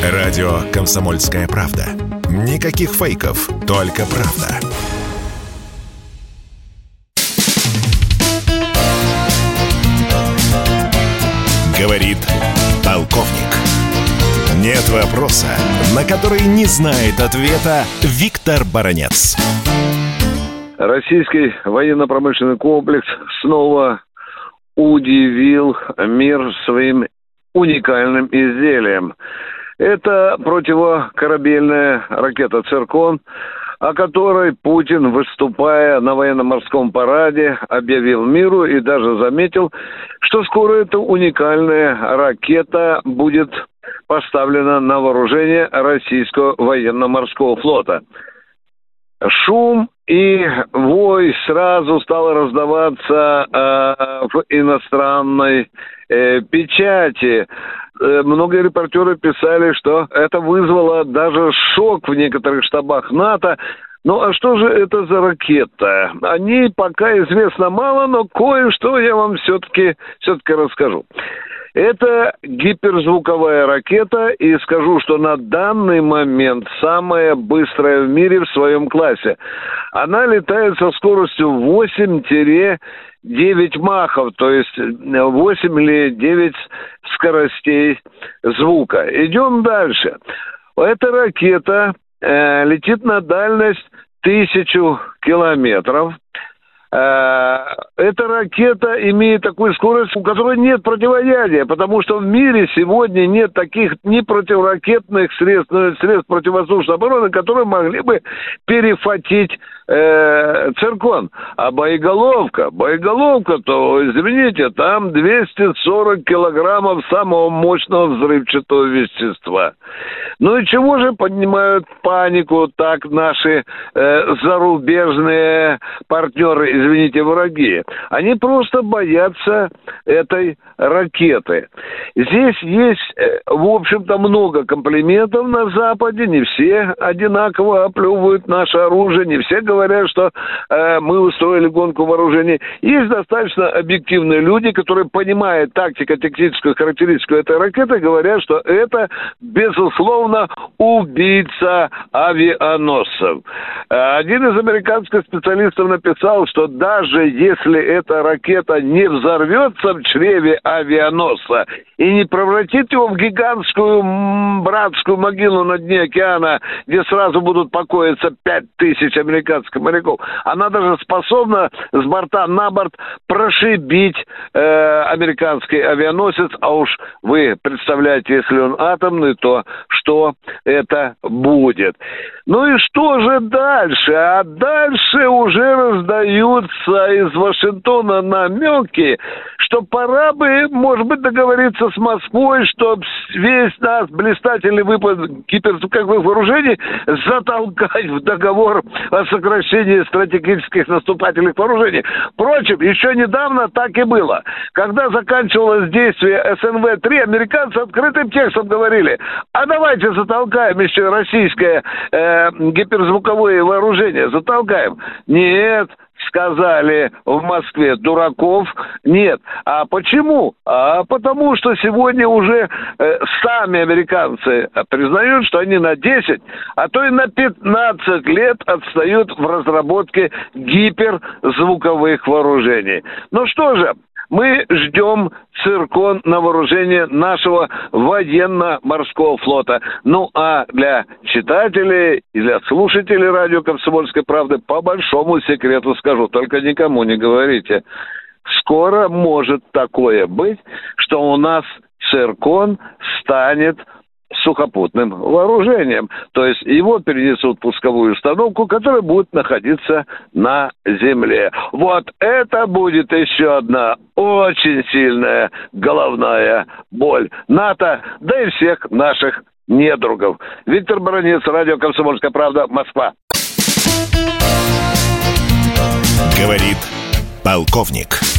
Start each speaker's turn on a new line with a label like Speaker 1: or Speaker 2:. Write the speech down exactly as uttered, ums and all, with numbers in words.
Speaker 1: Радио «Комсомольская правда». Никаких фейков, только правда. Говорит полковник. Нет вопроса, на который не знает ответа Виктор Баранец.
Speaker 2: Российский военно-промышленный комплекс снова удивил мир своим уникальным изделием. Это противокорабельная ракета «Циркон», о которой Путин, выступая на военно-морском параде, объявил миру и даже заметил, что скоро эта уникальная ракета будет поставлена на вооружение российского военно-морского флота. Шум и вой сразу стал раздаваться э, в иностранной э, печати. Э, многие репортеры писали, что это вызвало даже шок в некоторых штабах НАТО. Ну а что же это за ракета? О ней пока известно мало, но кое-что я вам все-таки, все-таки расскажу. Это гиперзвуковая ракета, и скажу, что на данный момент самая быстрая в мире в своем классе. Она летает со скоростью восемь-девять махов, то есть восемь или девять скоростей звука. Идем дальше. Эта ракета э, летит на дальность тысячу километров. Эта ракета имеет такую скорость, у которой нет противоядия, потому что в мире сегодня нет таких ни противоракетных средств, ни средств противовоздушной обороны, которые могли бы перехватить э, «Циркон». А боеголовка, боеголовка, то, извините, там двести сорок килограммов самого мощного взрывчатого вещества. Ну и чего же поднимают панику так наши э, зарубежные партнеры, извините, враги? Они просто боятся этой ракеты. Здесь есть, в общем-то, много комплиментов на Западе. Не все одинаково оплевывают наше оружие. Не все говорят, что э, мы устроили гонку вооружений. Есть достаточно объективные люди, которые понимают тактико-тактическую характеристику этой ракеты, говорят, что это, безусловно, убийца авианосцев. Один из американских специалистов написал, что даже если эта ракета не взорвется в чреве авианосца и не превратит его в гигантскую братскую могилу на дне океана, где сразу будут покоиться пять тысяч американских моряков, она даже способна с борта на борт прошибить э, американский авианосец. А уж вы представляете, если он атомный, то что это будет? Ну и что же дальше? А дальше уже раздаются из Вашингтона намеки, что пора бы, может быть, договориться с Москвой, чтобы весь наш блистательный выпад гиперзвуковых вооружений затолкать в договор о сокращении стратегических наступательных вооружений. Впрочем, еще недавно так и было. Когда заканчивалось действие эс эн вэ три, американцы открытым текстом говорили: а давайте затолкаем еще российское э, гиперзвуковое вооружение, затолкаем. Нет, сказали в Москве, дураков нет. А почему? А потому что сегодня уже э, сами американцы признают, что они на десять, а то и на пятнадцать лет отстают в разработке гиперзвуковых вооружений. Ну что же, мы ждем «Циркон» на вооружение нашего военно-морского флота. Ну, а для читателей и для слушателей радио «Комсомольской правды» по большому секрету скажу, только никому не говорите. Скоро может такое быть, что у нас «Циркон» станет сухопутным вооружением. То есть его перенесут в пусковую установку, которая будет находиться на земле. Вот это будет еще одна очень сильная головная боль НАТО, да и всех наших недругов. Виктор Баранец, радио «Комсомольская правда», Москва.
Speaker 1: Говорит полковник.